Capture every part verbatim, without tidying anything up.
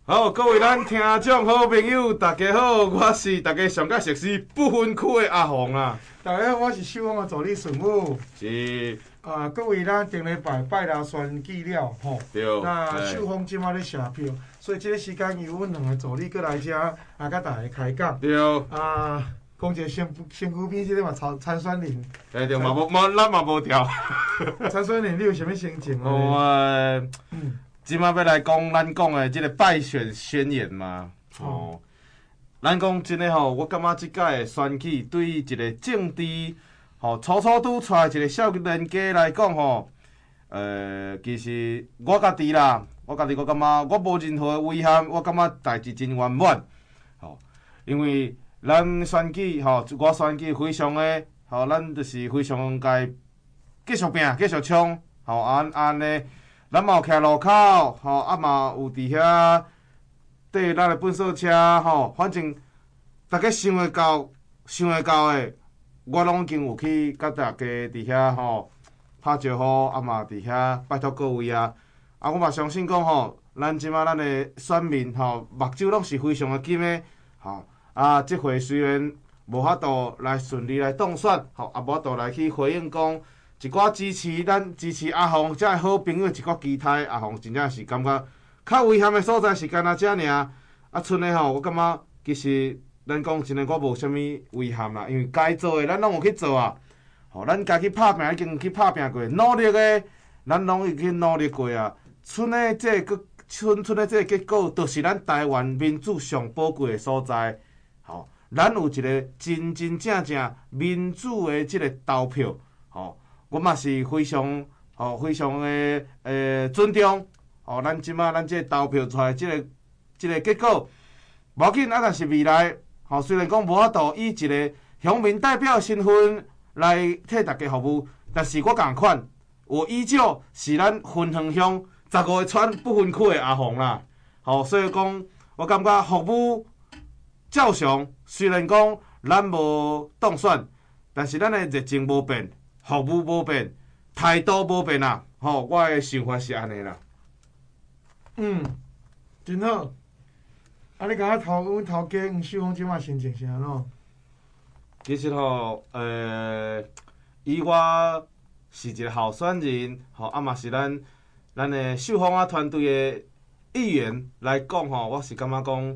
好，各位咱听众好朋友，大家好，我是大家上较熟悉不分区的阿红啊。 大家好，我是秀芳的助理顺武。 是。 啊，各位，咱顶礼拜拜六选举了吼。 对。 那秀芳即马咧写票，所以即个时间由阮两个助理过来遮，啊，甲大家开讲。 对。 啊，讲一个身身躯边即个嘛参参选人。 哎对，嘛无嘛，咱嘛无调。 参选人，你有啥物心情啊？ 我嗯，即马要来讲咱讲的即个败选宣言嘛。哦。咱讲真诶吼，我感觉即届的选举对于一个政治。吼，初初拄出来一个少年家来讲吼，呃，其实我家己啦，我家己我感觉我无任何的遗憾，我感觉代志真圆满。吼，因为咱选举吼，我选举非常的吼，咱就是非常该继续拼，继续冲。吼，安安尼，咱嘛有徛路口，吼，啊嘛有伫遐缀咱的粪扫车，吼，反正大家想会到，想会到的。我拢已经有去甲大家伫遐吼拍招呼，啊嘛伫遐拜托各位啊，啊我嘛相信讲吼，咱即马咱的选民吼目睭拢是非常的紧的，吼啊即回虽然无法度来顺利来当选，吼啊无法度来去回应讲一寡支持咱支持阿红遮的好朋友一寡期待，阿红真正是感觉较遗憾的所在是干那遮尔，啊剩的吼我感觉其实。咱讲真诶，我无啥物遗憾啦，因为该做诶，咱拢有去做啊。吼，咱家去拍拼已经去拍拼过，努力诶，咱拢已经努力过啊。剩诶这个剩剩诶这个结果，就是咱台湾民主上宝贵诶所在。吼，咱有一个真真正正民主诶即个投票。吼，我嘛是非常吼非常诶诶尊重。吼，咱即马咱即个投票出来即个即个结果，无要紧啊，但是未来。吼，虽然讲无法度以一个乡民代表身份来替大家服务，但是我共款，我依旧是咱分塘乡十五个村不分区的阿红啦。吼，所以讲，我感觉服务照常。虽然讲咱无当选，但是咱的热情无变，服务无变，态度无变啦。吼，我的想法是安尼啦。 嗯，真好。啊！你感觉头阮头家黄秀芳即马心情是安怎？ 其实吼，呃，以我是一个候选人，吼，啊嘛是咱咱的秀芳啊团队的议员来讲吼，我是感觉讲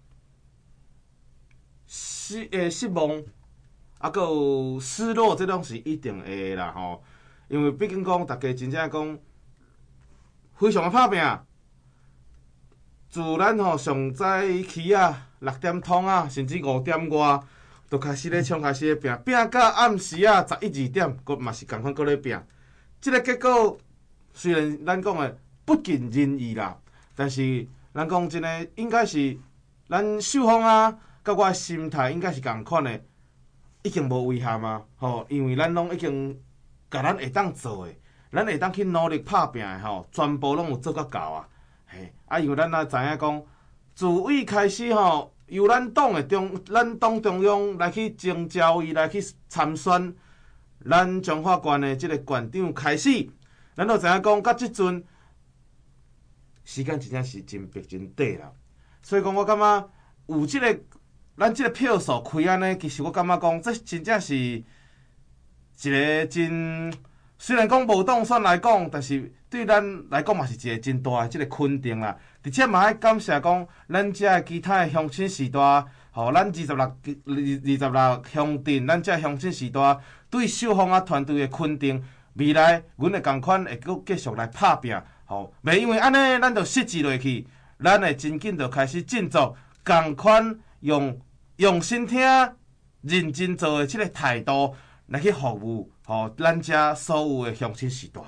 失诶失望，啊，搁有失落，这种是一定会啦吼。因为毕竟讲，大家真正讲非常的拍拼。自咱吼上早起啊，六点通啊，甚至五点外，就开始咧冲，开始咧拼，拼到暗时啊十一二点，佫嘛是共款佫咧拼。即个结果虽然咱讲的不尽人意啦，但是咱讲真诶，应该是咱秀芳啊，甲我诶心态应该是共款诶，已经无遗憾啊。吼，因为咱拢已经甲咱会当做诶，咱会当去努力拍拼诶吼，全部拢有做到够啊。嘿，啊，因为咱也知影讲，自位开始吼，由咱党的中，咱党中央来去征召伊来去参选，咱彰化县的即个县长开始，咱就知影讲，到即阵时间真正是真迫真短啦。所以讲，我感觉有即个咱即个票数开安尼，其实我感觉讲，这真正是一个真。虽然讲无当选来讲，但是对咱来讲嘛是一个真大的即个肯定啦。而且嘛爱感谢讲，咱遮个其他的乡亲时代，吼，咱二十六、二二十六乡镇，咱遮乡亲时代对秀芳啊团队的肯定，未来阮会共款会阁继续来拍拼，吼，袂因为安尼咱就失志落去，咱会真紧就开始振作，共款用用心听、认真做的即个态度来去服务。吼，咱遮所有的乡亲时代，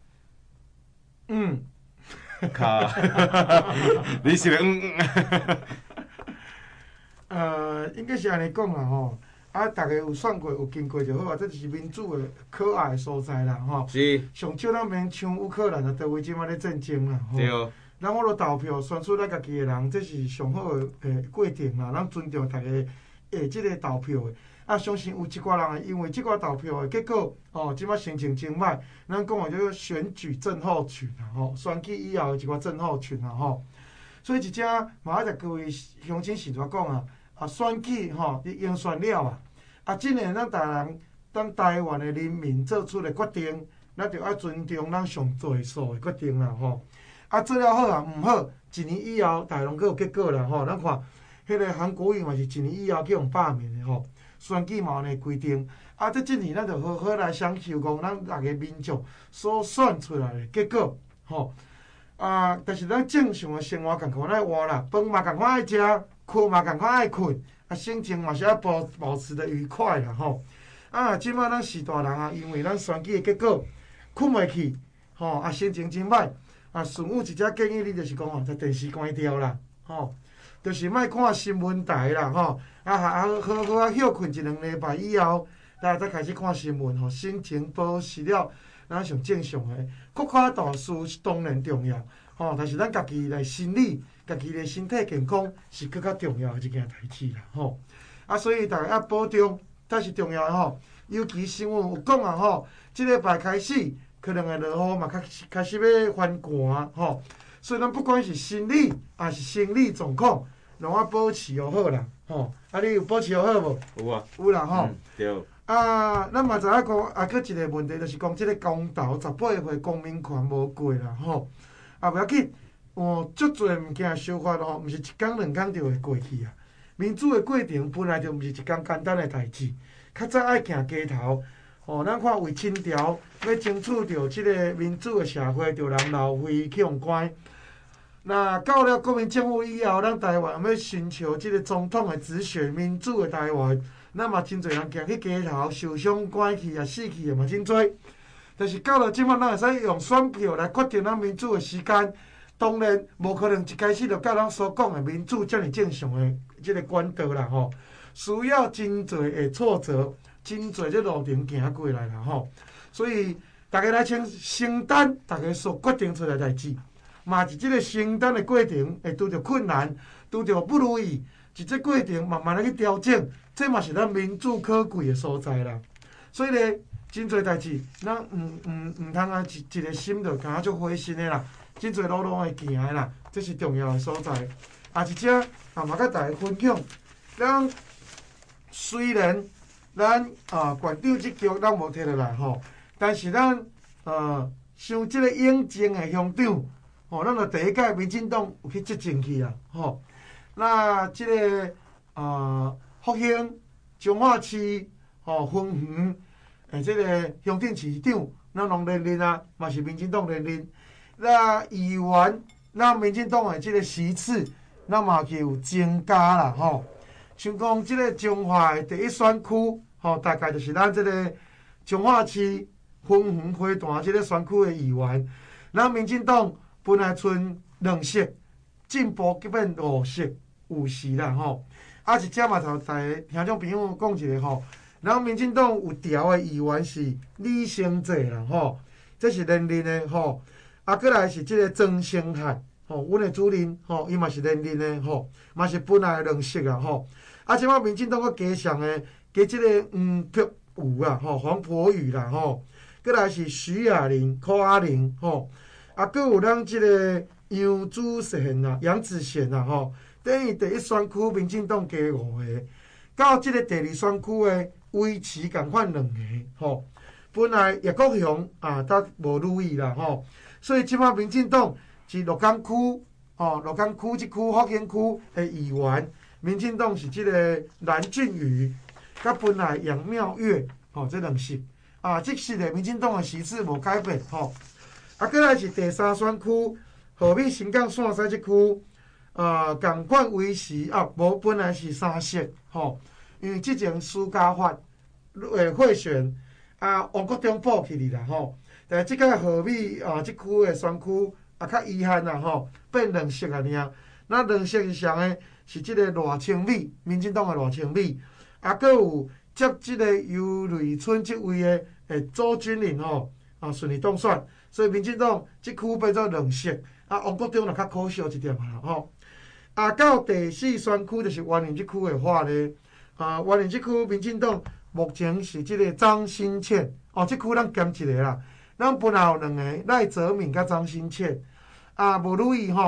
嗯， 卡，你是嗯嗯， 呃，应该是安尼讲啦吼。啊，逐个有选过、有经过就好啊，这就是民主的可爱的所在啦吼。 是。 上少咱免像乌克兰啊，台湾即摆咧战争啦吼。 对。 咱我著投票选出咱家己的人，这是上好的诶过程啦。咱尊重大家诶即个投票的。啊，相信有一寡人会因为即寡投票的结果，哦，即摆心情真歹。咱讲的叫做选举症候群啊，吼，选举以后的一寡症候群啊，吼。 所以一只嘛爱甲各位乡亲实在讲啊，啊选举吼，伊用选了啊，啊真诶咱台人，咱台湾诶人民做出诶决定，咱着爱尊重咱上最数诶决定啦吼。啊做了好啊，毋好，一年以后台湾阁有结果啦吼。咱看迄个韩国瑜嘛是一年以后去用罢免诶吼，选举嘛有呢规定。啊，这一年咱着好好来享受讲咱逐个民众所选出来诶结果吼。啊，但是咱正常诶生活共款爱活啦，饭嘛共款爱食，困嘛共款爱困，啊，心情嘛是爱保保持得愉快啦吼。啊，即摆咱是大人啊，因为咱选举诶结果困袂去，吼啊，心情真歹。啊，顺有一只建议，你就是讲吼，把电视关掉啦，吼，就是莫看新闻台啦，吼，啊，好好好啊，休困一两礼拜以后，咱再开始看新闻，吼，心情保持了咱上正常诶。国家大事是当然重要，吼，但是咱家己来心理、家己的身体健康是更较重要诶一件代志啦，吼。啊，所以大家要保重，才是重要诶吼。尤其新闻有讲啊，吼，即礼拜开始。可能会落雨嘛，开始开始要翻寒吼，所以咱不管是心理还是生理状况，拢要保持好好啦吼。啊，你有保持好好无？ 有啊， 有啦吼、 嗯。对。 啊，咱嘛知影讲，啊，搁一个问题就是讲，即个公投十八岁公民权无过啦吼。啊，不要紧，哦，足侪物件修法吼，毋是一工两工就会过去啊。民主的过程本来就毋是一工简单的代志，较早爱行街头。哦，咱看为清朝要争取到即个民主的社会，着人老费去用关。那到了国民政府以后，咱台湾要寻求即个总统的直选、民主的台湾，咱嘛真侪人行去街头受伤、关去啊、死去的嘛真侪。但是到了即摆，咱会使用选票来决定咱民主的时间。当然，无可能一开始就甲咱所讲的民主遮尔正常的即个管道啦吼，需要真侪的挫折。真侪这路程行过来啦吼，所以大家来先承担大家所决定出来代志，嘛是这个承担的过程会拄着困难，拄着不如意，是这过程慢慢来去调整，这嘛是咱民主可贵的所在啦。所以咧，真侪代志，咱毋毋毋通啊一一个心就感觉足灰心的啦，真侪路路会行的啦，这是重要的所在。啊，一只啊嘛甲大家分享，咱虽然。咱啊，县长即局咱无摕落来吼，但是咱呃，像即个永靖的乡长，吼，咱著第一届民进党有去执政去啊，吼。那即、這个啊、呃，福兴、彰化市、吼分园，诶，即个乡镇市长，咱拢连任啊，嘛是民进党连任。那议员，咱民进党的即个席次，咱嘛就有增加啦，吼。像讲即个彰化的第一选区，吼，大概就是咱即个彰化市分园花坛即个选区的议员，咱民进党本来剩两席，进步基本五席有时啦，吼。啊，一只嘛，头大家听众朋友讲一下吼，咱民进党有调的议员是李成济啦，吼，这是连任的吼。啊，过来是即个曾星汉，吼，阮的主任，吼，伊嘛是连任的，吼，嘛是本来的两席啊，吼。啊，即摆民进党个加上诶，加即个黄柏武啊，吼，黄柏宇啦，吼，过来是徐雅玲、柯阿玲，吼，啊，搁有咱即个杨子贤啊、杨子贤啊，吼，等于第一选区民进党加五个，到即个第二选区诶，维持共款两个，吼，本来叶国雄啊，才无如意啦，吼，所以即摆民进党是鹿港区，吼，鹿港区即区福兴区诶议员。民进党是即个蓝俊宇，甲本来杨妙月，吼、哦，这两席啊，即席的民进党的席次无改变，吼、哦。啊，过来是第三选区，河美新港线西即区，啊，共款维持啊，无本来是三席，吼、哦，因为之前苏家发诶贿选啊，王国忠补去哩啦，吼、哦。但是即个河美啊，即区的选区啊，较遗憾啦，吼、哦，变两席啊，尔。那两席以上诶。是即个赖清美，民进党诶赖清美，啊，搁有接即个游瑞村即位诶诶周君玲吼，啊顺利当选，所以民进党即区变做两席，啊王国忠就较可惜一点啦吼。啊，到第四选区就是湾林即区诶话咧，啊湾林即区民进党目前是即个张新倩，哦，即区咱减一个啦，咱本来有两个赖泽敏甲张新倩，啊无如意吼。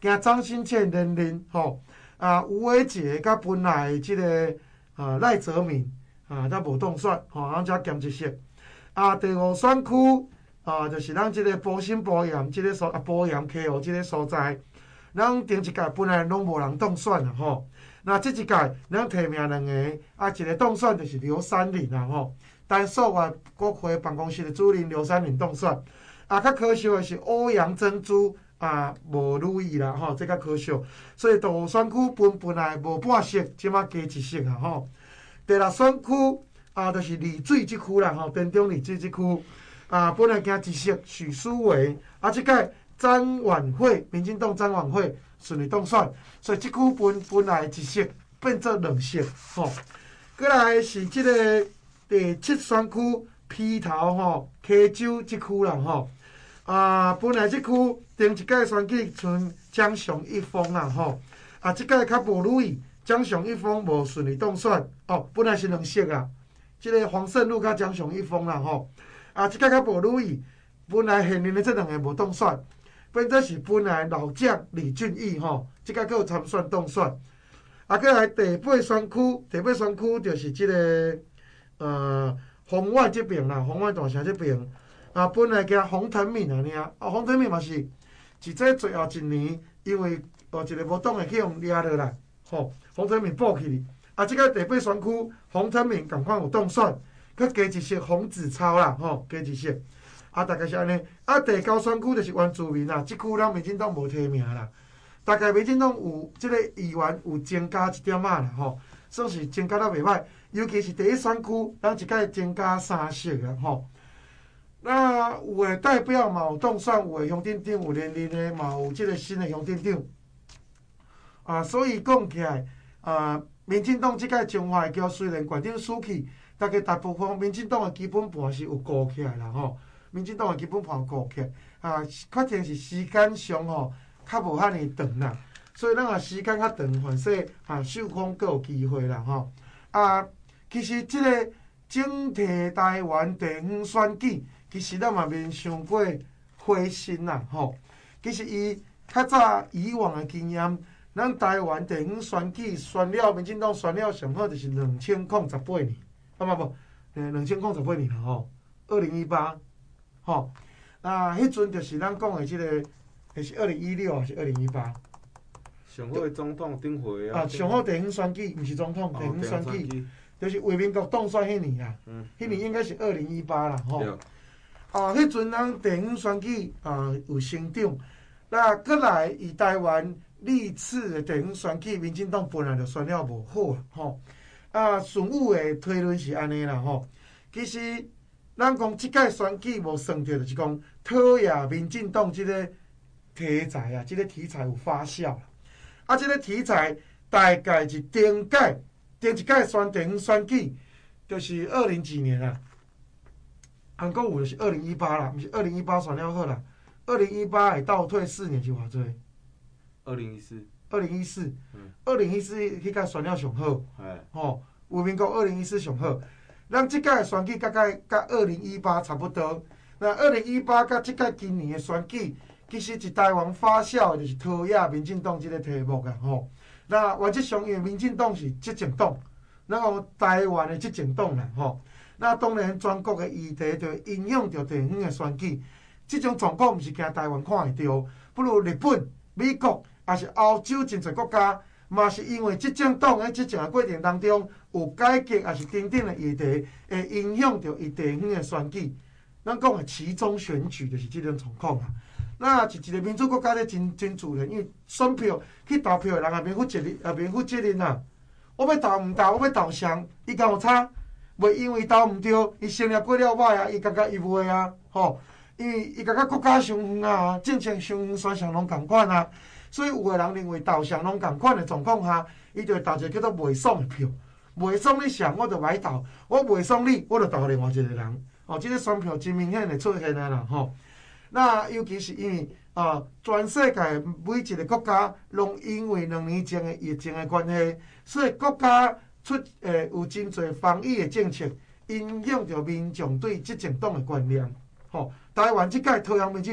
惊张新倩连任吼，啊吴伟杰甲本来的即、这个啊赖泽敏啊，才无当选吼，咱才减一席。啊，第五选区啊，就是咱即个埔心埔盐即个所啊埔盐溪湖即个所在，咱顶一届本来拢无人当选啦吼。那即一届咱提名两个，啊一个当选就是刘三林啦吼，但数外国会办公室的主任刘三林当选。啊，较可惜的是欧阳珍珠啊无如意啦吼，这较可惜。所以第五选区本本来无半席，即马加一席啊吼。第六选区啊，就是丽水即区啦吼，田中丽水即区啊，本来加一席许淑维，啊，即届张婉慧，民进党张婉慧顺利当选，所以即区本本来一席变做两席吼。过来是即个第七选区埤头吼，溪州即区啦吼。啊，本来即区顶一届选举剩江雄一峰啦吼，啊，即届较无如意，江雄一峰无顺利当选哦，本来是两席啊，即、这个黄胜禄甲江雄一峰啦吼，啊，即届较无如意，本来现任的这两个无当选，变做是本来老将李俊毅吼，即届佫有参选当选，啊，过来第八选区，第八选区就是即、这个呃洪苑即边啦，洪苑大城即边。啊，本来叫洪腾敏安尼啊，啊，洪腾敏嘛是，是这最后一年，因为哦一个无党的去用掠落来，吼，洪腾敏补起哩。啊，即个第八选区，洪腾敏共款有当选，佮加一席洪子超啦，吼，加一席。啊，大概是安尼。啊，第九选区就是原住民啦，即区咱民进党无提名啦。大概民进党有即个议员有增加一点仔啦，吼，算是增加得袂歹。尤其是第一选区，咱一届增加三席啦，吼。那有诶代表嘛有当选，有诶乡镇长有连任诶，嘛有即个新诶乡镇长。啊，所以讲起来，啊，民进党即届中华桥虽然县长输去，大概大部分民进党诶基本盘是有顾起来啦吼。民进党诶基本盘有顾起来，啊，确定是时间上吼较无遐尼长啦。所以咱啊时间较长，反说啊受访更有机会啦吼。啊，其实即个整体台湾地方选举。其实咱嘛免伤过灰心啦，吼。其实伊较早以往的经验，咱台湾地方选举选了，民进党选了上好就是两千零十八年，啊嘛无，诶，两千零十八年啦吼，二零一八，吼。那迄阵就是咱讲的即、這個，那是二零一六还是二零一八？ 上好的总统顶回啊。 啊，上好地方选举，毋是总统，地方选举，就是为民国当选迄年啊。嗯。迄年应该是二零一八啦，吼。啊，迄阵咱地方选举啊有成长，那过来以台湾历次的地方选举，民进党本来就选了无好啊，吼。啊，顺武的推论是安尼啦，吼。其实咱讲即届选举无算到，就是讲讨厌民进党即个题材啊，即、這个题材有发酵啦。啊，即、這个题材大概是顶届、顶一届选地方选举，就是二零几年啊。韩国有就是二零一八啦，毋是二零一八选了好啦。二零一八会倒退四年是偌济？ 二零一四。 二零一四。嗯。二零一四迄届选了上好。哎。吼，有民国二零一四上好。咱即届的选举大概甲二零一八差不多。那二零一八甲即届今年的选举，其实是台湾发酵的就是讨厌民进党即个题目啊，吼。那原则上因为民进党是执政党，咱讲台湾的执政党啦，吼。那当然，全国的议题就影响到地方的选举。这种状况毋是惊台湾看会到，不如日本、美国，也是欧洲真侪国家，嘛是因为执政党在执政的过程当中有改革，也是等等的议题，会影响到伊地方的选举。咱讲的期中选举就是这种状况啊。那是一个民主国家咧，真真自然，因为选票去投票的人也免负责任，也免负责任啊。我要投毋投，我要投谁，伊敢有差？袂因为投毋对，伊成立过了歹啊，伊感觉伊袂啊，吼，因为伊感觉国家伤远啊，政策伤远，选项拢共款啊，所以有个人认为投谁拢共款的状况下，伊就会投一个叫做袂爽的票，袂爽你上我就歹投，我袂爽你，我就投另外一个人，哦，即、這个选票真明显的出现啊啦，吼。那尤其是因为啊，全世界每一个国家拢因为两年前的疫情的关系，所以国家出诶有真侪防疫的政策，影响到民众对执政党的观念。吼、哦，台湾即届讨厌民进党，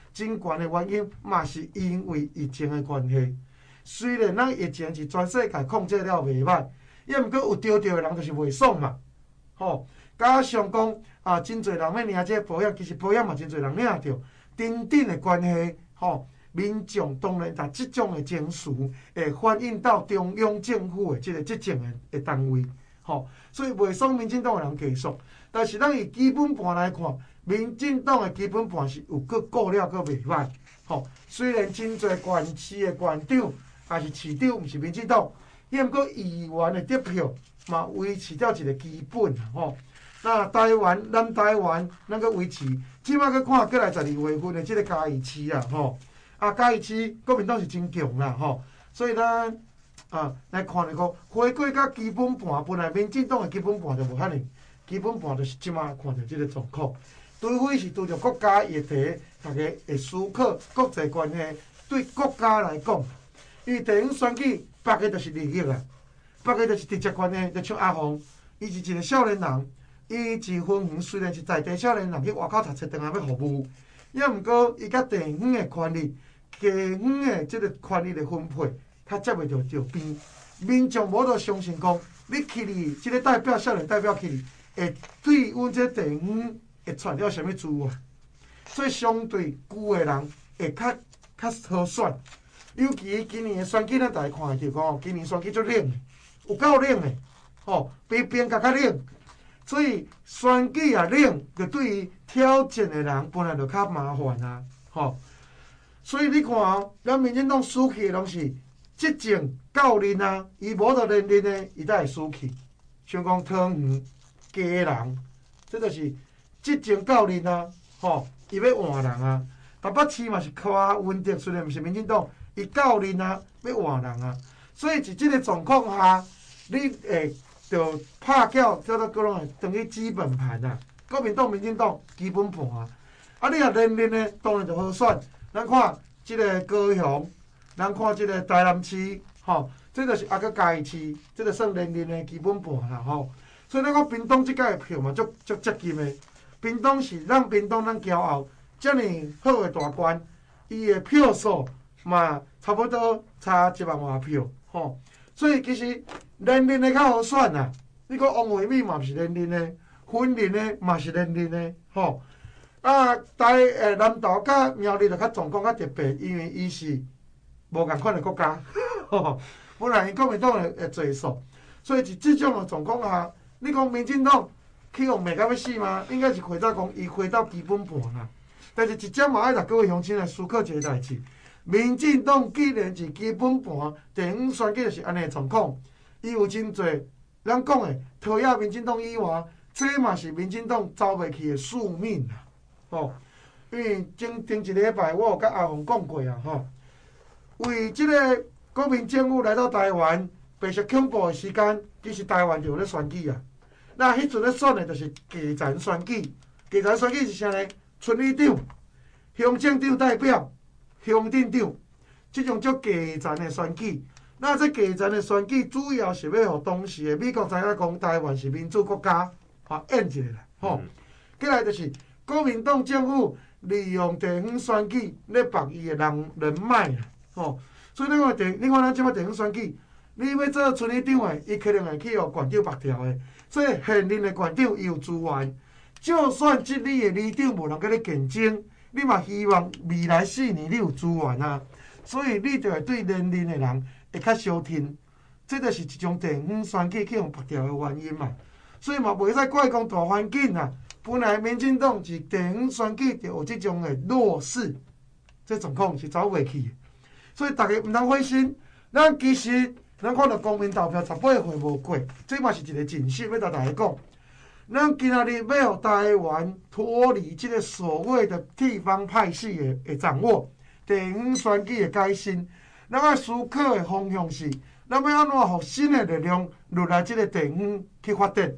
真悬的原因，嘛是因为疫情的关系。虽然咱疫情是全世界控制了袂歹，也毋过有着着的人就是袂爽嘛。吼，加上讲啊，真侪人要领这保险，其实保险嘛真侪人领着，等等的关系，吼，民众当然把即种的情绪会反映到中央政府的即个执政的的单位，吼，所以袂爽民进党的人继续。但是咱以基本盘来看，民进党的基本盘是有搁顾了搁袂歹，吼。虽然真侪县市的县长也是市长，毋是民进党，伊毋过议员的得票嘛维持了一个基本吼。那台湾，咱台湾咱搁维持，即摆搁看过来十二月份的即个嘉义市啊，吼。啊，嘉义市国民党是真强啦，吼。所以咱啊来看咧讲，回归甲基本盘，本来民进党的基本盘就无遐尼。基本盘就是即马看到即个状况，除非是拄着国家议题，大家会思考国际关系对国家来讲，因为地方选举别个就是利益啊，别个就是直接关系，就像阿宏，伊是一个少年人，伊自分园虽然是在地少年人去外口读册，当然要服务，也毋过伊甲地方的权利、地方的即个权利的分配，较接袂着着边，民众无得相信讲，你去哩即个代表少年代表去哩。会对阮这地方会传了什么资源，所以相对旧的人会较较好选。尤其今年的选举，咱大家看就讲，今年选举足冷的，有够冷的，吼，比边较较冷。所以选举也冷，就对于挑战的人本来就较麻烦啊，吼。所以你看哦，咱民进党输去的拢是执政教练啊，伊无得连任的，伊才会输去。像讲汤圆。家人，这就是执政教练啊，吼，伊要换人啊。台北市嘛是靠稳定，虽然毋是民进党，伊教练啊要换人啊。所以伫即个状况下，你会着拍叫叫做各种等于基本盘啊。国民党、民进党基本盘啊。啊，你若连任呢，当然就好选。咱看即个高雄，咱看即个台南市，吼，这就是啊个嘉义市，这个算连任的基本盘啦，吼。所以咱讲屏东即届的票嘛，足足接近的。屏东是咱屏东咱骄傲，遮尔好的大关，伊的票数嘛差不多差一万外票，吼。所以其实连任的较好选啊。你讲王惠美嘛是连任的，婚任的嘛是连任的，吼。啊，台诶南投甲苗栗就较状况较特别，因为伊是无共款的国家，吼。本来因国民党会会做数，所以伫即种的状况下。你讲民进党去用骂到要死吗？应该是回到讲伊回到基本盘啦。但是一点嘛爱甲各位乡亲来思考一个代志：民进党既然是基本盘，地方选举就是安尼状况，伊有真侪咱讲的讨厌民进党以外，这嘛是民进党走袂去的宿命啦。吼，因为前前一礼拜我有甲阿宏讲过啊，吼，为即个国民政府来到台湾。白色恐怖的时间，其实台湾就有咧选举啊。那迄阵咧选的就是基层选举，基层选举是啥呢？村里长、乡镇长代表、乡镇长，即种叫基层的选举。那这基层的选举主要是要互当时的美国知影讲台湾是民主国家，啊，演一个啦，吼。过来就是国民党政府利用地方选举咧绑伊的人人脉啦，吼。所以你看地，你看咱即摆地方选举。你要做村里长的，伊可能会去互县长绑条的，所以现任的县长伊有资源。就算即里的里长无人甲你竞争，你嘛希望未来四年你有资源啊。所以你就会对连任的人会较相挺，这就是一种地方选举去互绑条的原因嘛。所以嘛袂使怪讲大环境啊。本来民进党是地方选举就有即种的弱势，这状况是走袂去的。所以大家毋通灰心，咱其实。咱看到公民投票十八岁无过，这嘛是一个警讯，要甲大家讲。咱今仔日要互台湾脱离这个所谓的地方派系的的掌握，地方选举的改新，咱要思考的方向是，咱要安怎互新的力量入来这个地方去发展。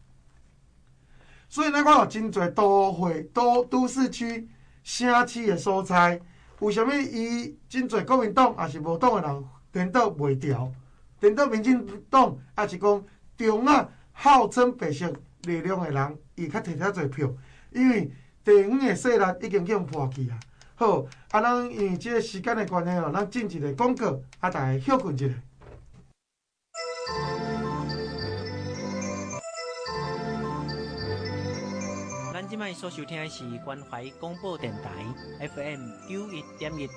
所以咱看到真侪都会、都都市区、城市的所在，为什么伊真侪国民党也是无党的人颠倒袂调？颠倒民进党也是讲中啊，号称白色力量的人，伊较摕较侪票，因为地方的势力已经去互破去啊。 好，啊，咱因为即个时间的关系哦，咱进一个广告，啊，大家休困一下。 咱即摆所收听的是关怀广播电台 F M 九一点一。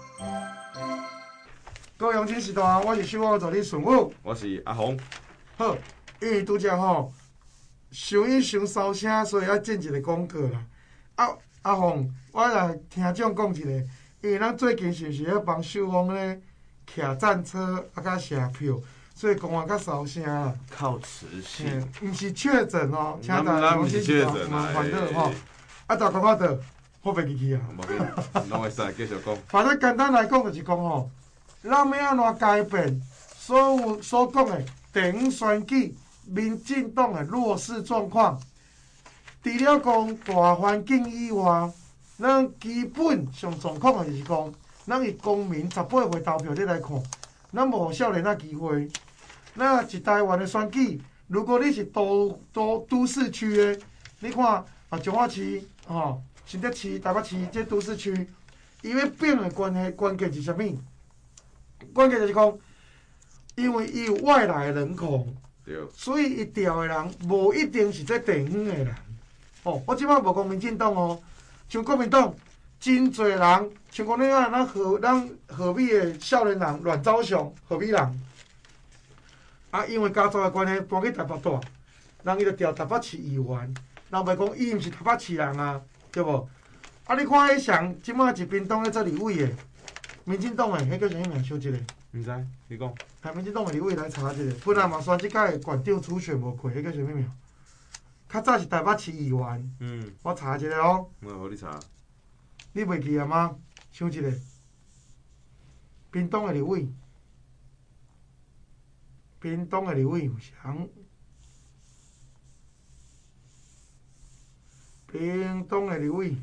各位乡亲时代，我是小我助理顺武， 我是阿红。 好，因为拄则吼，想伊伤骚声，所以要进一个广告啦。啊，阿红，我来听众讲一个，因为咱最近是毋是咧帮秀峰咧徛战车啊，甲射票，所以讲话较骚声啦。 靠磁性， 毋是确诊哦，请大家咱毋是确诊麻啊， 烦了吼。啊，大家看到，好袂记去啊。 无紧，拢会使继续讲。 反正简单来讲，就是讲吼，咱要安怎改变所有所讲的第五选举民进党的弱势状况？除了讲大环境以外，咱基本上状况就是讲，咱以公民十八岁投票你来看，咱无互少年仔机会。那一台湾的选举，如果你是都都都市区的，你看啊，彰化市、吼、哦、新竹市、台北市这都市区，伊要变的关系关键是啥物？关键就是讲，因为伊有外来的人口，所以伊调的人无一定是这地方的人。哦，我即摆无讲民进党哦，像国民党真侪人，像讲你啊，咱河咱河美的少年人阮昭雄，河美人。啊，因为家族的关系搬去台北住，人伊就调台北市议员，人袂讲伊毋是台北市人啊，对无？啊，你看迄上即摆一边党咧做立委的，民进党的，迄叫啥物名？小一个。 毋知，你讲。 台民进党的立委来查一下，本来嘛选即届的县长初选无过，迄叫啥物名？较早是台北市议员。嗯。我查一下哦。 我互你查。 你袂记啊吗？想一下，屏东的立委。屏东的立委有啥？屏东的立委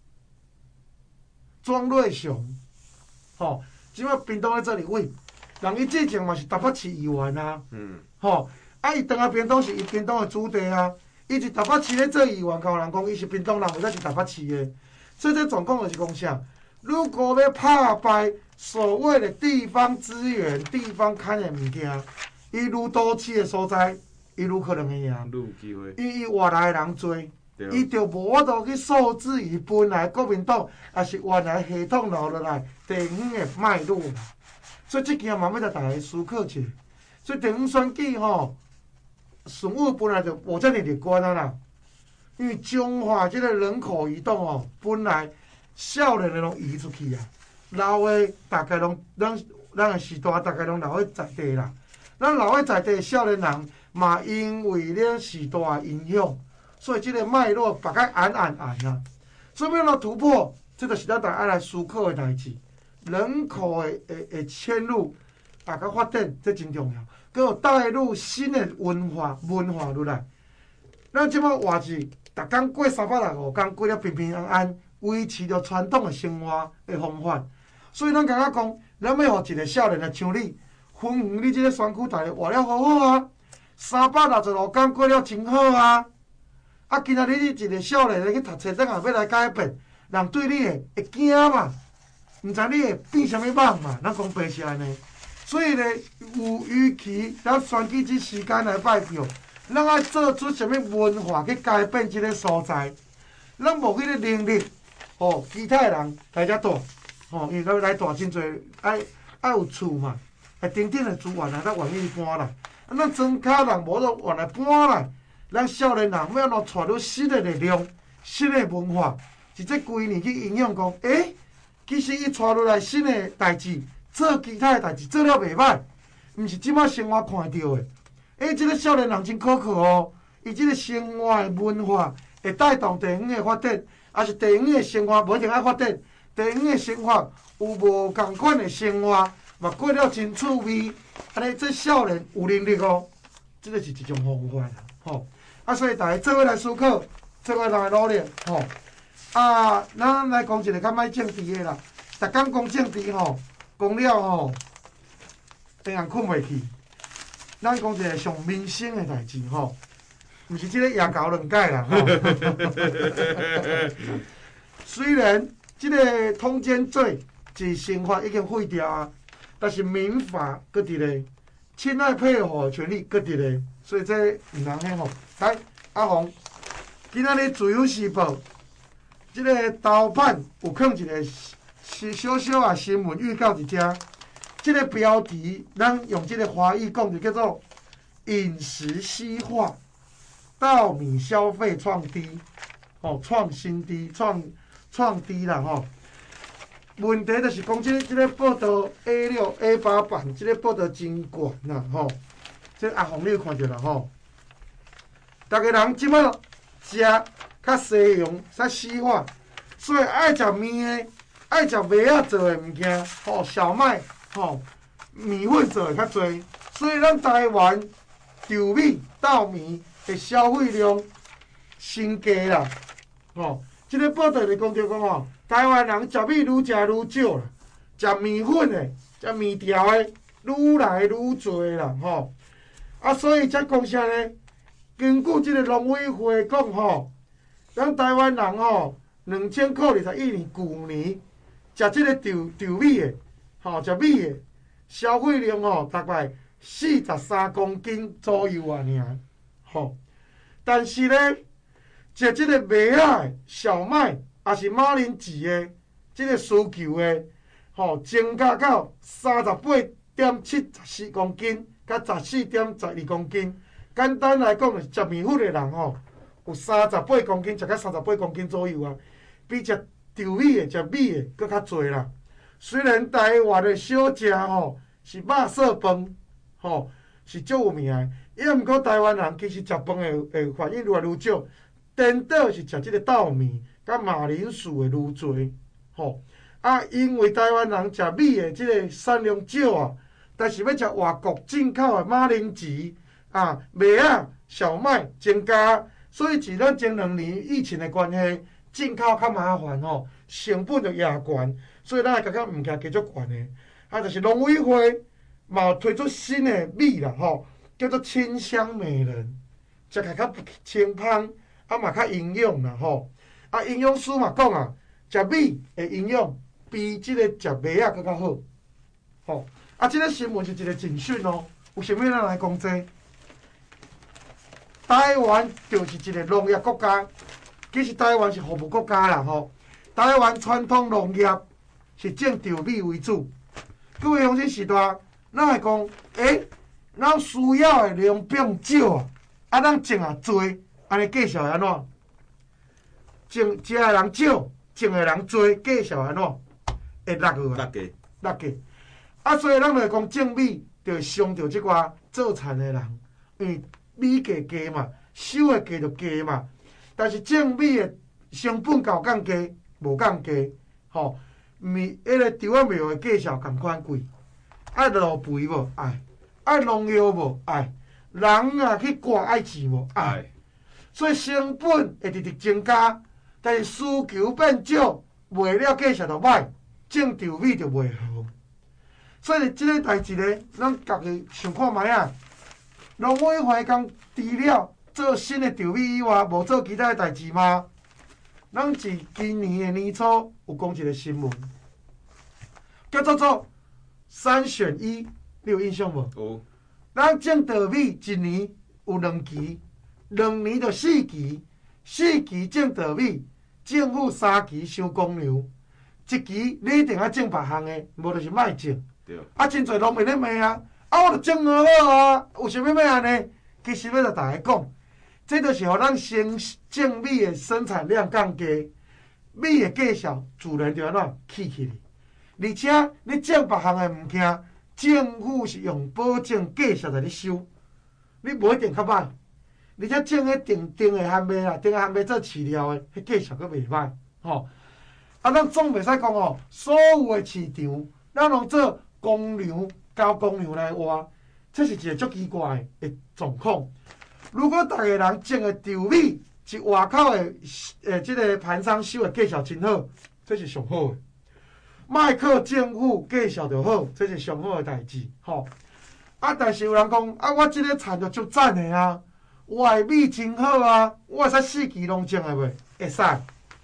庄瑞雄，吼，即摆屏东咧做立委，人伊之前嘛是台北市议员啊，嗯，吼，啊伊当下屏东是伊屏东的主地啊，伊是台北市咧做议员，甲有人讲伊是屏东人，毋则是台北市的，所以这总共就是讲啥？如果要打败所谓的地方资源、地方看的物件。伊愈都市的所在，伊愈可能会赢。 愈有机会。 因为伊外来的人多，伊就无法度去数字伊本来国民党也是原来系统留落来地方的脉络啦。所以这件嘛要甲大家思考一下。所以地方选举吼，顺武本来就无遮尔乐观啊啦。因为中华这个人口移动哦，本来少年的拢移出去啊，老的大概拢咱咱的时代大概拢留喺在地啦。咱老的在地少年人嘛，因为咧时代的影响，所以这个脉络大概暗暗暗啊。所以要怎突破，这就是咱大家来思考的代志。人口的的的迁入，大家发展这真重要。佮有带入新的文化文化入来。咱即摆活是，逐工过三百六十五天，过了平平安安，维持着传统的生活的方法。所以咱感觉讲，咱要互一个少年来像你。分园你即个选区，大家活了好好啊，三百六十五天过了真好啊。啊，今仔日你一个少年来去读册，等下要来改变，人对你会会惊嘛？毋知你会变啥物蠓嘛？咱讲白是安尼。所以咧，有与其咱选举即时间来拜票，咱爱做出啥物文化去改变即个所在。咱无迄个能力，哦，其他人来遮住，哦，因为来住真侪，爱爱有厝嘛。啊，等等的资源啊，咱愿意搬来。啊，咱庄脚人无就愿来搬来。咱少年人要怎带入新的力量、新的文化，是这规年去影响讲，诶、欸，其实伊带入来新的代志，做其他的代志做了袂歹，毋是即摆生活看到的。诶、欸，即、这个少年人真可靠哦，伊即个生活的文化会带动地方的发展，也是地方的生活无一定爱发展，地方的生活有无共款的生活。嘛过了真趣味，安尼这少年有能力哦，这个是一种方法啦，吼。啊，所以大家做伙来思考，做伙来努力，吼。啊，咱来讲一个较歹政治的啦，逐工讲政治吼，讲了吼，等人困袂去。咱讲一个上民生的代志吼，毋是即个牙膏两解啦吼。虽然即个通奸罪是刑法已经废掉啊，但是民法搁伫咧，侵害配偶的权利搁伫咧，所以这毋通迄吼。来，阿红，今仔日自由时报即个头版有放一个小小啊新闻预告伫遮，即个标题咱用即个华语讲就叫做“饮食西化，稻米消费创低”，哦，创新低，创创低啦吼。问题就是讲，即、这个即、这个报道 A 六、A 八版，即、这个报道真悬啦吼。即、这个、阿红你有看着啦吼。逐个人即摆食较西洋、较西化，所以爱食面的、爱食麦仔做的物件，吼小麦、吼米粉做的较侪，所以咱台湾稻米、稻米的消费量升加啦，吼。即、这个报道就讲着讲吼。台湾人食米愈食愈少啦，食面粉的、食面条的愈来愈侪啦，吼。啊，所以才讲啥呢？根据即个农委会讲吼，咱台湾人吼，两千块二十一年旧年食即个稻稻米的，吼食米的消费量吼，大概四十三公斤左右啊，尔，吼。但是咧，食即个麦仔、小麦。也是马铃薯的，即、这个需求的，吼、哦，增加到三十八点七十四公斤，甲十四点十二公斤。简单来讲，食面粉的人吼，有三十八公斤，食到三十八公斤左右啊，比食稻米的、食米的搁较侪啦。虽然台湾的小食吼是肉色饭，吼、哦、是足有名的，也毋过台湾人其实食饭的会反应愈来愈少，颠倒是食即个稻米。甲马铃薯的愈侪，吼啊！因为台湾人食米的即个产量少啊，但是要食外国进口的马铃薯啊、麦仔、小麦增加，所以自咱前两年疫情的关系，进口较麻烦吼，成本就也悬，所以咱会感觉物件加足悬的。啊，就是农委会嘛有推出新的米啦，吼，叫做清香美人，食起来较清芳，啊嘛较营养啦，吼。啊，营养师嘛讲啊，食米的营养比即个食麦仔更较好。吼、哦，啊，即、这个新闻是一个警讯哦。有啥物咱来讲这？台湾就是一个农业国家，其实台湾是服务国家啦吼。台湾传统农业是种稻米为主。各位乡亲时代，咱会讲，诶，咱需要的量变少啊，啊，咱种啊多，安尼计算安怎？种食的人少，种的人多，计数安怎？会落去啊？ 落价， 落价。啊，所以咱就讲种米，就伤着即寡做田的人，因为米价低嘛，收的价就低嘛。但是种米的成本够降低，无降低，吼、哦，米迄个稻仔苗的计数共款贵，爱路肥无爱，爱农药无爱，人啊去割爱钱无爱，所以成本会直直增加。但是需求变少，卖了价钱就歹，种稻米就袂好。所以即个代志咧，咱家己想看卖啊。农委会讲除了做新的稻米以外，无做其他的代志吗？咱是今年的年初有讲一个新闻，叫做做三选一，你有印象无？ 有。 咱种稻米一年有两期，两年就四期，四期种稻米。政府三期收公粮，一期你一定要种别项的，无就是卖种。 对。 啊，真侪农民咧骂啊，啊，我著种蚵仔啊，有啥物要安尼？其实要甲大家讲，这就是互咱生种米的生产量降低，米的价数自然就安怎起起哩。而且你种别项的物件，政府是用保证价数来咧收，你无一定较歹。而且种迄定定的番麦啦，定的番麦做饲料的，迄价钱阁袂歹，吼。啊，咱总袂使讲哦，所有的市场，咱拢做公粮交公粮来换，这是一个足奇怪的状况。如果逐个人种的稻米是外口的诶，即个盘商收的价钱真好，这是上好的。莫靠政府价钱就好，这是上好的代志，吼。啊，但是有人讲，啊，我即个田就足赞的啊。我的米真好啊，我会使四季拢种的袂？会使。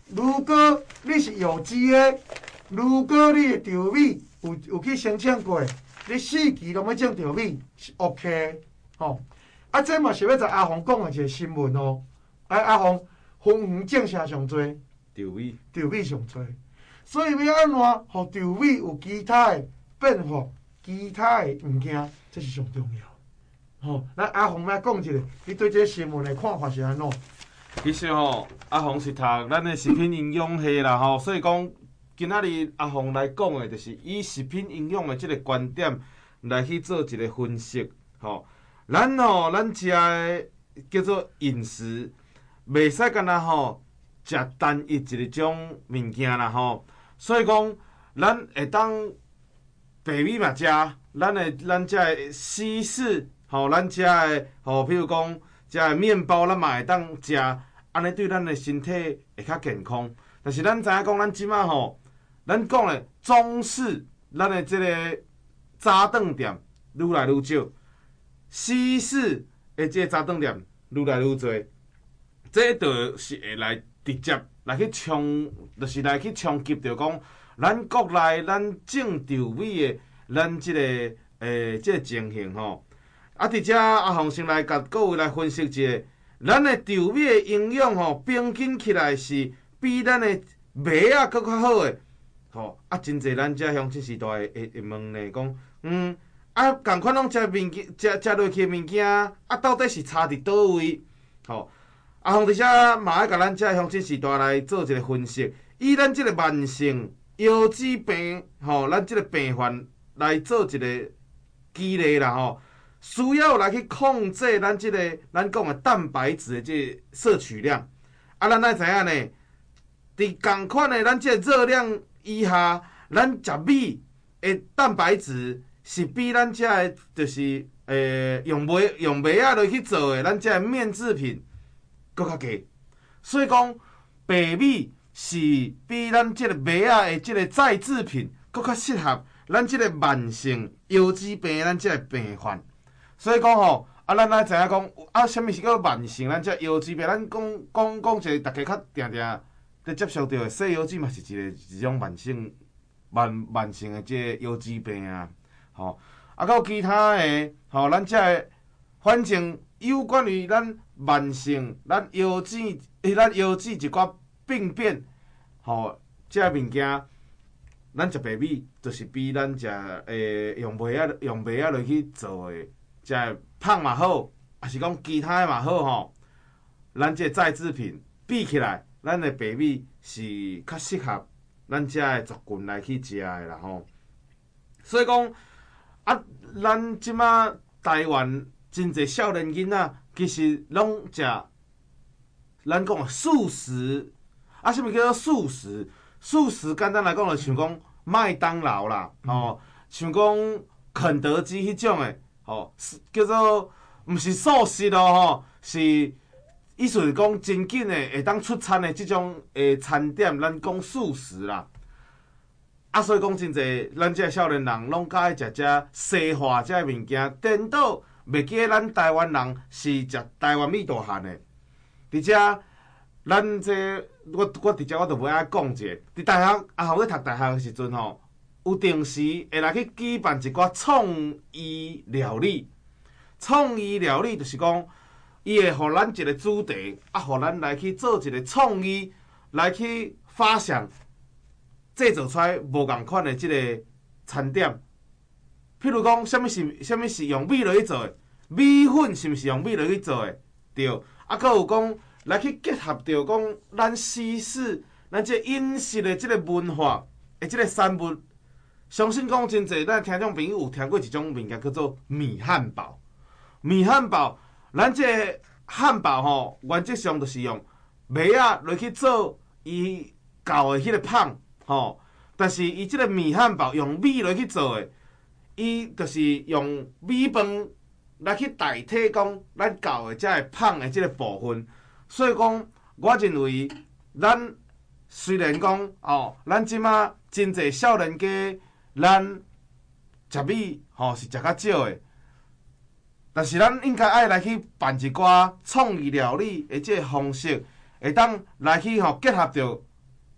如果你是有机的，如果你的稻米有有去申请过，你四期拢要种稻米是 OK 吼、哦。啊，这嘛是要在阿宏讲的一个新闻哦。啊，阿宏分园种啥上多？ 稻米， 稻米上多。所以要安怎，互稻米有其他的变化，其他的物件，这是上重要。吼、哦，咱阿宏来讲一下，你对这个新闻的看法是安怎？ 其实吼，阿宏是读咱的食品营养系啦吼，所以讲今仔日阿宏来讲的，就是以食品营养的即个观点来去做一个分析吼。咱吼，咱食的叫做饮食，袂使干那吼食单一一个种物件啦吼。所以讲，咱会当白米嘛食，咱的咱食的西式吼，咱食的吼，譬如讲食的面包，咱嘛会当食。安尼对咱的身体会较健康，但是咱知影讲，咱即马吼，咱讲的中式，咱的即个早顿店愈来愈少，西式的即个早顿店愈来愈多，这就是会来直接来去冲，就是来去冲击着讲，咱国内咱种稻米的咱即、这个诶即、这个情形吼。啊，伫遮阿宏先来甲各位来分析一下。咱的稻米的营养吼，平均起来是比咱的麦啊搁较好的，吼啊，真侪咱遮乡亲时代会会问呢，讲嗯啊，共款拢食物件，食食落去的物件啊，到底是差伫倒位？吼，啊，洪伫遮嘛爱甲咱遮乡亲时代来做一个分析，以咱即个慢性腰子病，吼，咱即个病患来做一个激励啦，吼。需要来去控制咱即、这个咱讲的蛋白质的即个摄取量，啊，咱爱知影呢？伫共款的咱即个热量以下，咱食米的蛋白质是比咱遮的，就是诶、呃、用麦用麦仔落去做的，咱遮的面制品搁较低。所以讲，白米是比咱即个麦仔的即个再制品搁较适合咱即个慢性腰子病咱即个病患。所以讲吼，啊，咱爱知影讲，啊，啥物是叫慢性？咱这腰子病，咱讲讲讲一个，大家较定定咧接受到的，细腰子嘛是一个一种慢性慢慢性的这个腰子病啊，吼，啊，到其他的，吼，咱这个反正有关于咱慢性咱腰子，诶，咱腰子一寡病变，吼，这物件，咱食白米就是比咱食诶用麦仔用麦仔落去做的。食胖嘛好，还是讲其他的嘛好吼，咱这再制品比起来，咱的白米是较适合咱遮的族群来去食的啦吼。所以讲啊，咱即马台湾真侪少年囡仔，其实拢食咱讲的素食。啊，什么叫做素食？素食简单来讲，就像讲麦当劳啦，吼，像讲肯德基迄种的。吼、哦，叫做毋是素食咯，吼，是意思是讲真紧的会当出餐的即种诶餐点，咱讲素食啦。啊，所以讲真侪咱这少年人拢较爱食遮西化遮物件，颠倒袂记咱台湾人是食台湾米大汉的。伫遮咱这我我伫遮我著要爱讲一下，伫大学啊，我咧读大学的时阵吼。有定时会来去举办一寡创意料理，创意料理就是讲，伊会互咱一个主题，啊，互咱来去做一个创意，来去发想，制作出来无共款的即个餐点。譬如讲，啥物是啥物是用米落去做的，米粉是毋是用米落去做的？对，啊，佮有讲来去结合着讲咱西式，咱即个饮食的即个文化的即个产物。相信讲真侪，咱听众朋友有听过一种物件叫做米汉堡。米汉堡，咱这个汉堡吼，原则上就是用麦仔落去做伊搞的迄个胖吼。但是伊即个米汉堡用米落去做的，伊就是用米饭来去代替讲咱搞的遮个胖的即个部分。所以讲，我认为咱虽然讲哦，咱即马真侪少年家。咱食米吼是食较少的，但是咱应该爱来去办一寡创意料理的即个方式，会当来去吼结合着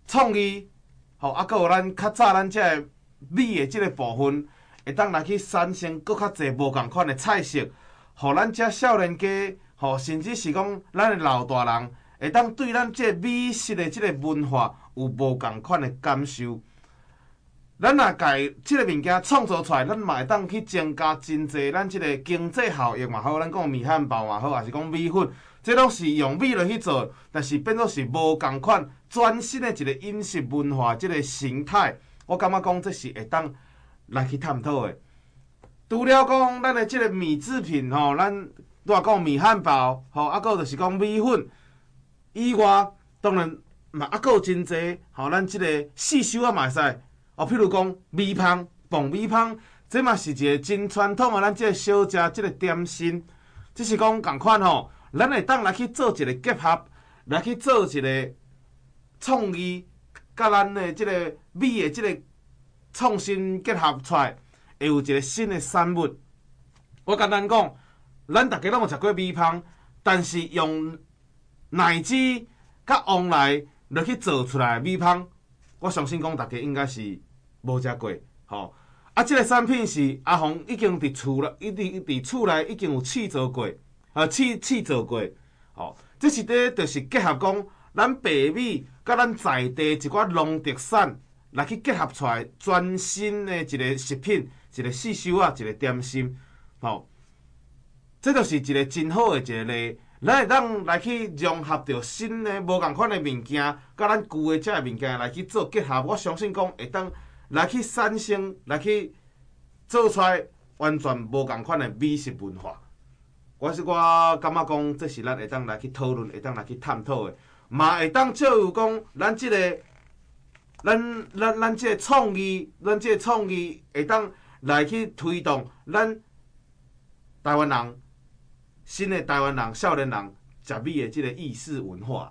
创意，吼，啊，搁有咱较早咱遮个米的即个部分，会当来去产生搁较侪无共款的菜色，互咱遮少年家，吼，甚至是讲咱的老大人，会当对咱即个美食的即个文化有无共款的感受。咱若家即个物件创造出来，咱嘛会当去增加真侪咱即个经济效益嘛好，咱讲米汉堡嘛好，还是讲米粉，这拢是用米来去做，但是变做是无共款全新的一个饮食文化即个形态。我感觉讲这是会当来去探讨的。除了讲咱的即个米制品吼，咱拄啊讲米汉堡吼，啊，搁就是讲米粉以外，当然嘛啊，搁有真侪吼，咱即个四修啊嘛会使。哦，譬如讲米芳、爆米芳，这嘛是一个真传统的咱即个小食即个点心。只是讲共款吼，咱会当来去做一个结合，来去做一个创意，甲咱的即个米的即个创新结合出来，会有一个新的产物。我简单讲，咱大家拢有食过米芳，但是用奶汁甲旺来来去做出来的米芳，我相信讲大家应该是无食过，吼。啊，即、这个产品是阿红已經伫厝内，一直伫厝内已經有試做過，啊試試做過，吼。這是咧，就是結合講咱白米甲咱在地一寡農特產來去結合出來全新的一個食品，一個四修啊，一個點心，吼。這就是一個真好的一個例，咱會當來去融合着新的無共款的物件，甲咱舊的遮個物件來去做結合。我相信講會當來去產生，來去做出來完全無共款的美食文化。我是我感覺講，這是咱會當來去討論，會當來去探討的，嘛會當借由講咱即、這個，咱咱咱即個創意，咱即個創意會當來去推動咱台灣人。新的台灣人、少年人食米的即個意識文化，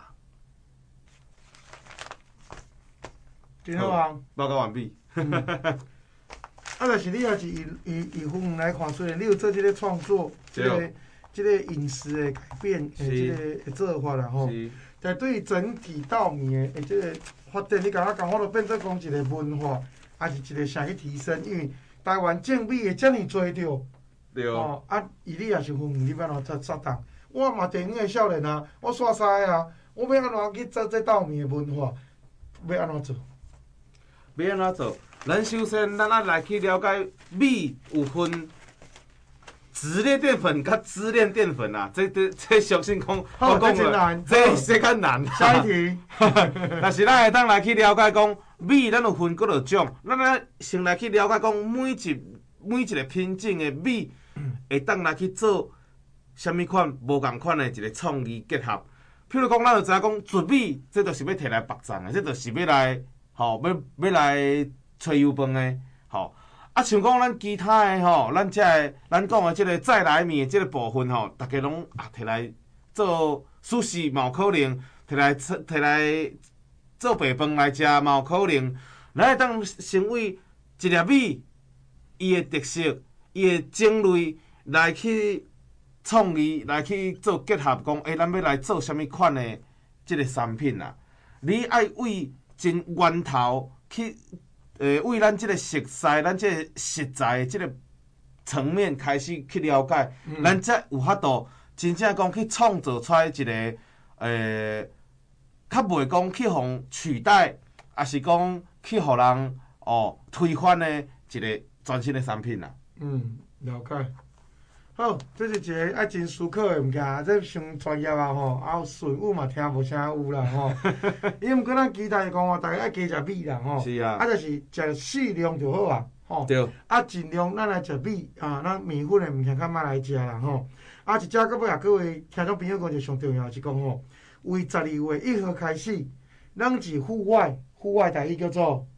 真好啊！ 報告完畢。 嗯、啊，但是你也是以以以父母來看，雖然你有做即個創作，即、這個即、這個飲食的改變，誒，即個做法啦吼。但對於整體稻米的誒，即個發展，你感覺講，我都變做講一個文化，還是一個啥去提升？因為台灣種米的遮爾多着。哦，啊，伊你也是父母，你要安怎做做當？我嘛電影的少年啊，我煞師啊，我要安怎去做這稻米的文化？要安怎做？ 要安怎做？咱首先，咱啊來去了解米有分直鏈澱粉甲支鏈澱粉啊，這這這相信講我講了，這這較難。 下一題。 但是咱會當來去了解講米，咱有分幾多種？咱啊先來去了解講每一每一個品種的米。會當來去做啥物款無共款的一個創意結合，譬如講，咱就知影講糯米，這就是要摕來白粽的，這就是要來吼，要要來炊油飯的，吼。啊，像講咱其他的吼，咱遮個咱講的這個再來麵的這個部分吼，大家攏啊摕來做壽司嘛有可能，摕來摕來做白飯來食嘛有可能，咱會當成為一粒米，伊的特色。伊的種類來去創意，來去做結合，講誒，咱要來做啥物款的即個產品啊？你愛為真源頭去，誒、呃，為咱即個食材，咱即個食材即個層面開始去了解，嗯、咱才有法度真正講去創造出來一個誒，較袂講去互取代，也是講去互人哦推翻的一個全新的產品啊。 嗯，了解。好，這是一個愛真思考的物件，這上專業啊吼，啊有順語嘛聽無啥有啦吼。伊毋過咱期待講話，大家愛加食米啦吼。是啊。啊，就是食適量就好啊，吼。對。啊，盡量咱來食米啊，咱米粉的物件較莫來食啦吼。啊，一隻個尾啊，各位聽眾朋友講就上重要是講吼，為十二月一號開始，咱是戶外，戶外台語叫做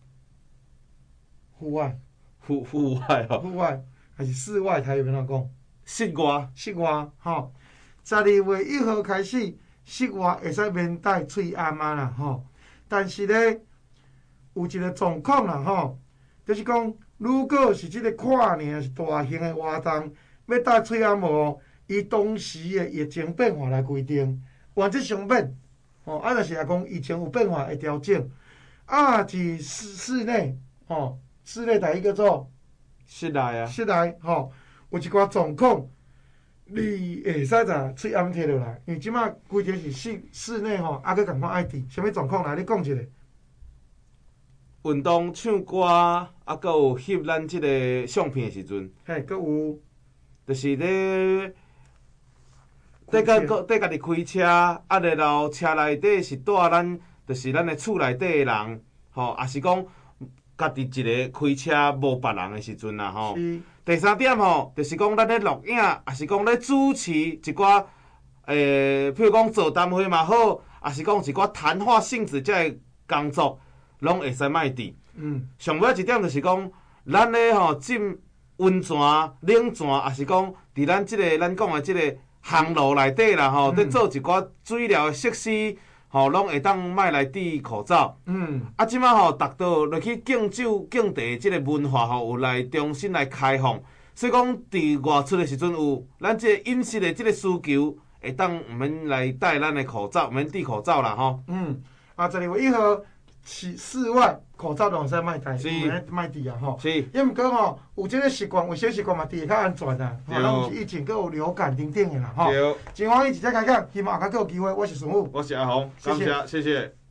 戶外。 戶戶外哦， 戶外還是室外？台語要安怎講？ 室外， 室外吼。十二月一號開始，室外會使免戴喙暗啊啦吼。但是咧，有一個狀況啦吼，就是講，如果是即個跨年是大型的活動，要戴喙暗無，伊當時的疫情變化來規定，原則上免。 哦，啊，就是来讲疫情有变化会调整。啊，伫室室内，吼，室内第一个做室内啊， 室内，吼，有一寡状况，你会使咋喙暗摕落来，因为即马规定是室室内吼，啊，佮共款爱伫，啥物状况来？你讲一下。 运动、唱歌，啊，佮有翕咱即个相片的时阵， 嘿，佮有， 就是咧。缀甲个缀家己开车，啊，然后车内底是住咱，就是咱的厝内底的人，吼，也是讲家己一个开车无别人的时阵啦，吼。第三点吼，就是讲咱咧录影，也是讲咧主持一寡诶，譬如讲座谈会嘛好，也是讲一寡谈话性质遮个工作，拢会使卖伫。嗯。上尾一点就是讲，咱咧吼浸温泉、冷泉，也是讲伫咱即个咱讲的即个。航路内底啦，吼，咧、嗯、做一寡水疗的设施，吼，拢会当卖来戴口罩。嗯。啊，即摆吼，达到落去敬酒敬茶即个文化吼，有来重新来开放。所以讲，伫外出的时阵有咱即个饮食的即个需求，会当毋免来戴咱的口罩，毋免戴口罩啦，吼。 嗯。啊，十二月一号。室室外口罩都使卖戴，唔免卖戴啊吼。是。因毋过吼，有即个习惯，有些习惯嘛，戴较安全啊。吼，咱有疫情，佮有流感等等的啦吼。真欢喜，直接开讲，希望下较有机会，我是孙武， 我是阿宏，感谢，谢谢。